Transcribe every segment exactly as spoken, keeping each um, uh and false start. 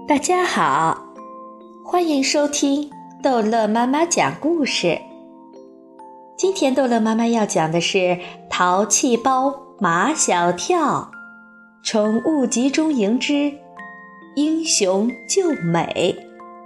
大家好，欢迎收听逗乐妈妈讲故事。今天逗乐妈妈要讲的是淘气包马小跳宠物集中营之英雄救美。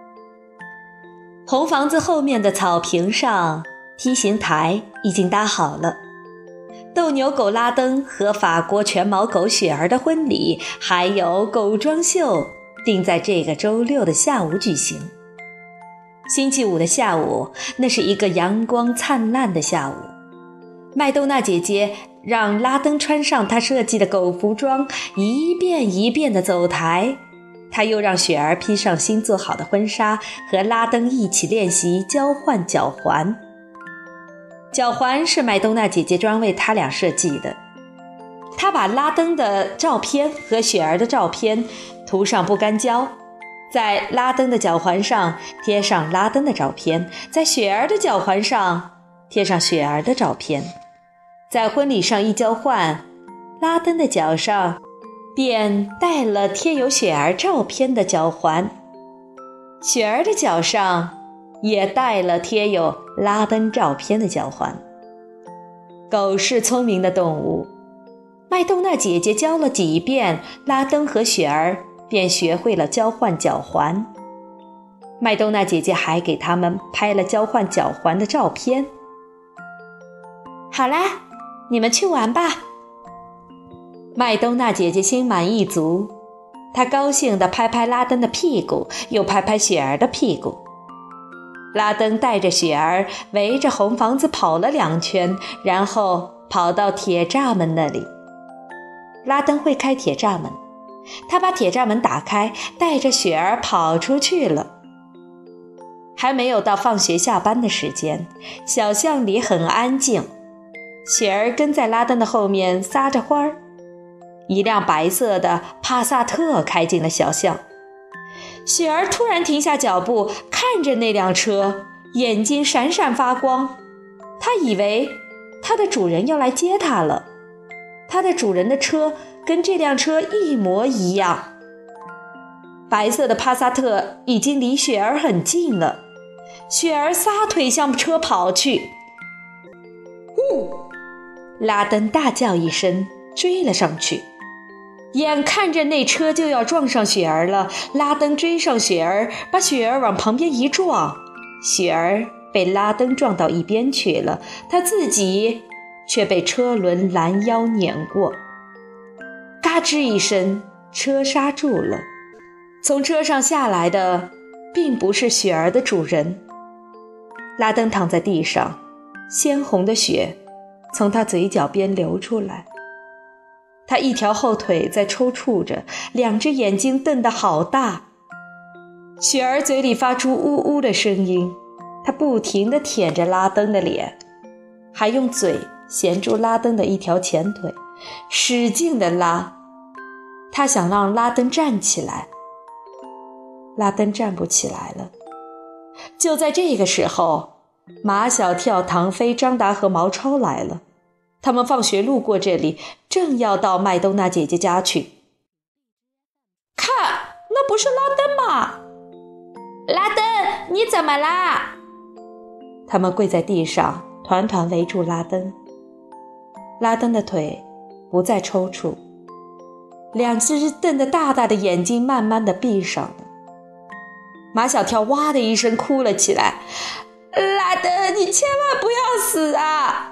红房子后面的草坪上，梯形台已经搭好了。斗牛狗拉登和法国全毛狗雪儿的婚礼，还有狗装秀，定在这个周六的下午举行。星期五的下午，那是一个阳光灿烂的下午。麦兜娜姐姐让拉登穿上她设计的狗服装，一遍一遍地走台。她又让雪儿披上新做好的婚纱，和拉登一起练习交换脚环。脚环是麦兜娜姐姐专为他俩设计的。她把拉登的照片和雪儿的照片涂上不干胶，在拉登的脚环上贴上拉登的照片，在雪儿的脚环上贴上雪儿的照片。在婚礼上一交换，拉登的脚上便戴了贴有雪儿照片的脚环，雪儿的脚上也戴了贴有拉登照片的脚环。狗是聪明的动物，麦兜娜姐姐教了几遍，拉登和雪儿便学会了交换脚环。麦兜娜姐姐还给他们拍了交换脚环的照片。好啦，你们去玩吧。麦兜娜姐姐心满意足，她高兴地拍拍拉登的屁股，又拍拍雪儿的屁股。拉登带着雪儿围着红房子跑了两圈，然后跑到铁栅门那里。拉登会开铁栅门，他把铁栅门打开，带着雪儿跑出去了。还没有到放学下班的时间，小巷里很安静。雪儿跟在拉登的后面撒着欢儿。一辆白色的帕萨特开进了小巷。雪儿突然停下脚步，看着那辆车，眼睛闪闪发光。她以为她的主人要来接她了。她的主人的车跟这辆车一模一样。白色的帕萨特已经离雪儿很近了。雪儿撒腿向车跑去。呼！拉登大叫一声，追了上去。眼看着那车就要撞上雪儿了，拉登追上雪儿，把雪儿往旁边一撞，雪儿被拉登撞到一边去了，他自己却被车轮拦腰碾过。嘎吱一声，车刹住了。从车上下来的并不是雪儿的主人。拉登躺在地上，鲜红的血从他嘴角边流出来。他一条后腿在抽搐着，两只眼睛瞪得好大。雪儿嘴里发出呜呜的声音，她不停地舔着拉登的脸，还用嘴衔住拉登的一条前腿，使劲地拉。她想让拉登站起来，拉登站不起来了。就在这个时候，马小跳、唐飞、张达和毛超来了。他们放学路过这里，正要到麦兜娜姐姐家去。看，那不是拉登吗？拉登，你怎么啦？他们跪在地上，团团围住拉登。拉登的腿不再抽搐，两只瞪得大大的眼睛慢慢地闭上了。马小跳哇的一声哭了起来。拉登，你千万不要死啊！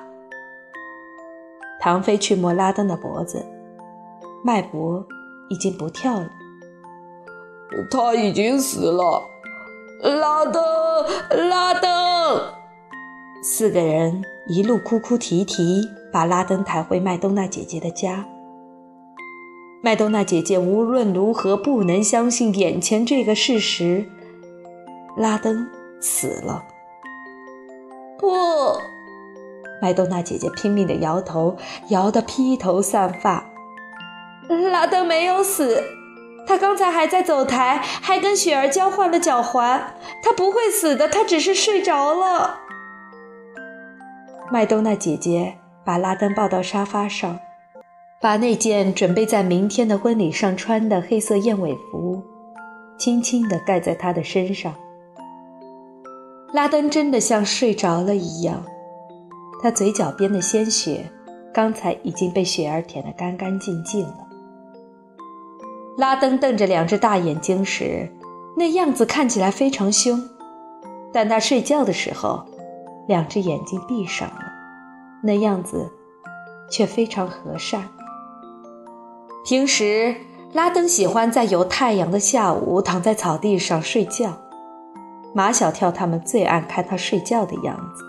唐飞去摸拉登的脖子，脉搏已经不跳了。 他已经死了，拉登，拉登！ 四个人一路哭哭啼啼，把拉登抬回麦兜娜姐姐的家。麦兜娜姐姐无论如何不能相信眼前这个事实，拉登死了。 不！ 麦兜娜姐姐拼命地摇头，摇得披头散发。拉登没有死，他刚才还在走台，还跟雪儿交换了脚环。他不会死的，他只是睡着了。麦兜娜姐姐把拉登抱到沙发上，把那件准备在明天的婚礼上穿的黑色燕尾服轻轻地盖在他的身上。拉登真的像睡着了一样，他嘴角边的鲜血刚才已经被雪儿舔得干干净净了。拉登瞪着两只大眼睛时，那样子看起来非常凶，但他睡觉的时候，两只眼睛闭上了，那样子却非常和善。平时拉登喜欢在有太阳的下午躺在草地上睡觉，马小跳他们最爱看他睡觉的样子。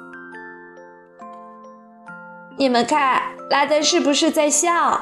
你们看，拉登是不是在笑？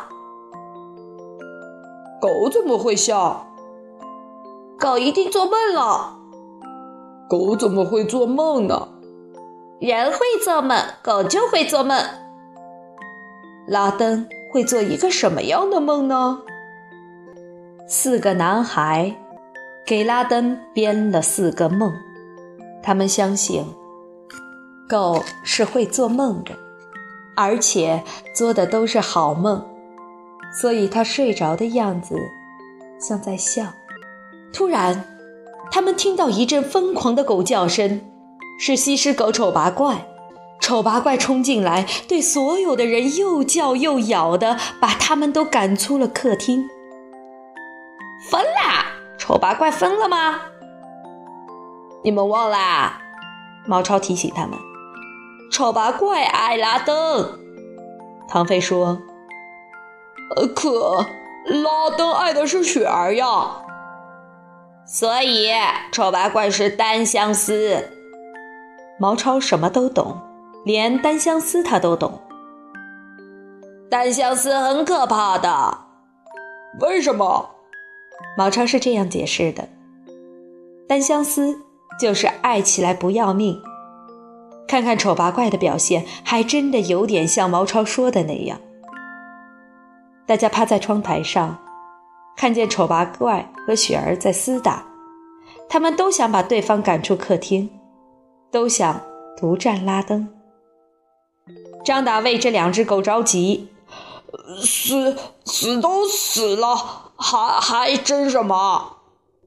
狗怎么会笑？ 狗一定做梦了。 狗怎么会做梦呢？ 人会做梦，狗就会做梦。拉登会做一个什么样的梦呢？四个男孩给拉登编了四个梦，他们相信狗是会做梦的，而且做的都是好梦，所以他睡着的样子像在笑。突然，他们听到一阵疯狂的狗叫声，是西施狗丑八怪。丑八怪冲进来，对所有的人又叫又咬的，把他们都赶出了客厅。疯啦！丑八怪疯了吗？你们忘啦？毛超提醒他们，丑八怪爱拉登。唐飞说， 呃，可拉登爱的是雪儿呀。 所以丑八怪是单相思。毛超什么都懂，连单相思他都懂。单相思很可怕的。 为什么？ 毛超是这样解释的，单相思就是爱起来不要命。看看丑八怪的表现，还真的有点像毛超说的那样。大家趴在窗台上，看见丑八怪和雪儿在厮打，他们都想把对方赶出客厅，都想独占拉登。张达为这两只狗着急， 死死都死了，还还争什么？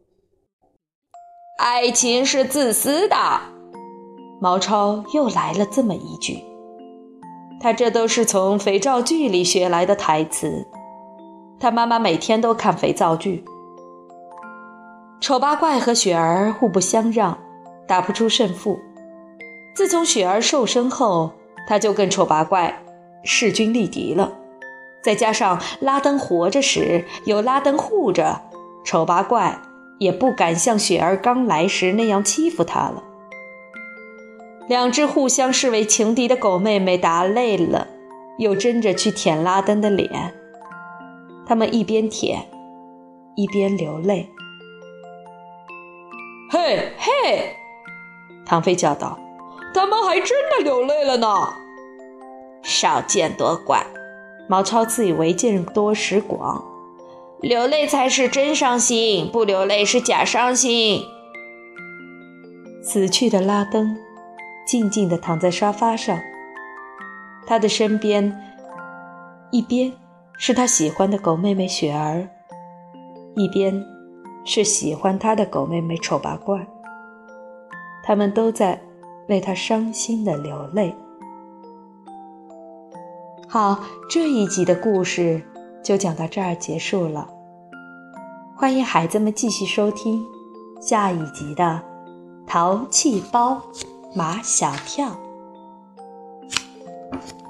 爱情是自私的。毛超又来了这么一句，他这都是从肥皂剧里学来的台词，他妈妈每天都看肥皂剧。丑八怪和雪儿互不相让，打不出胜负。自从雪儿瘦身后，他就跟丑八怪势均力敌了。再加上拉登活着时有拉登护着，丑八怪也不敢像雪儿刚来时那样欺负他了。两只互相视为情敌的狗妹妹打累了，又争着去舔拉登的脸。他们一边舔一边流泪。 嘿嘿， 唐飞叫道， 他们还真的流泪了呢。 少见多怪，毛超自以为见多识广，流泪才是真伤心，不流泪是假伤心。死去的拉登静静地躺在沙发上，他的身边一边是他喜欢的狗妹妹雪儿，一边是喜欢他的狗妹妹丑八怪，他们都在为他伤心地流泪。好，这一集的故事就讲到这儿结束了，欢迎孩子们继续收听下一集的淘气包马小跳。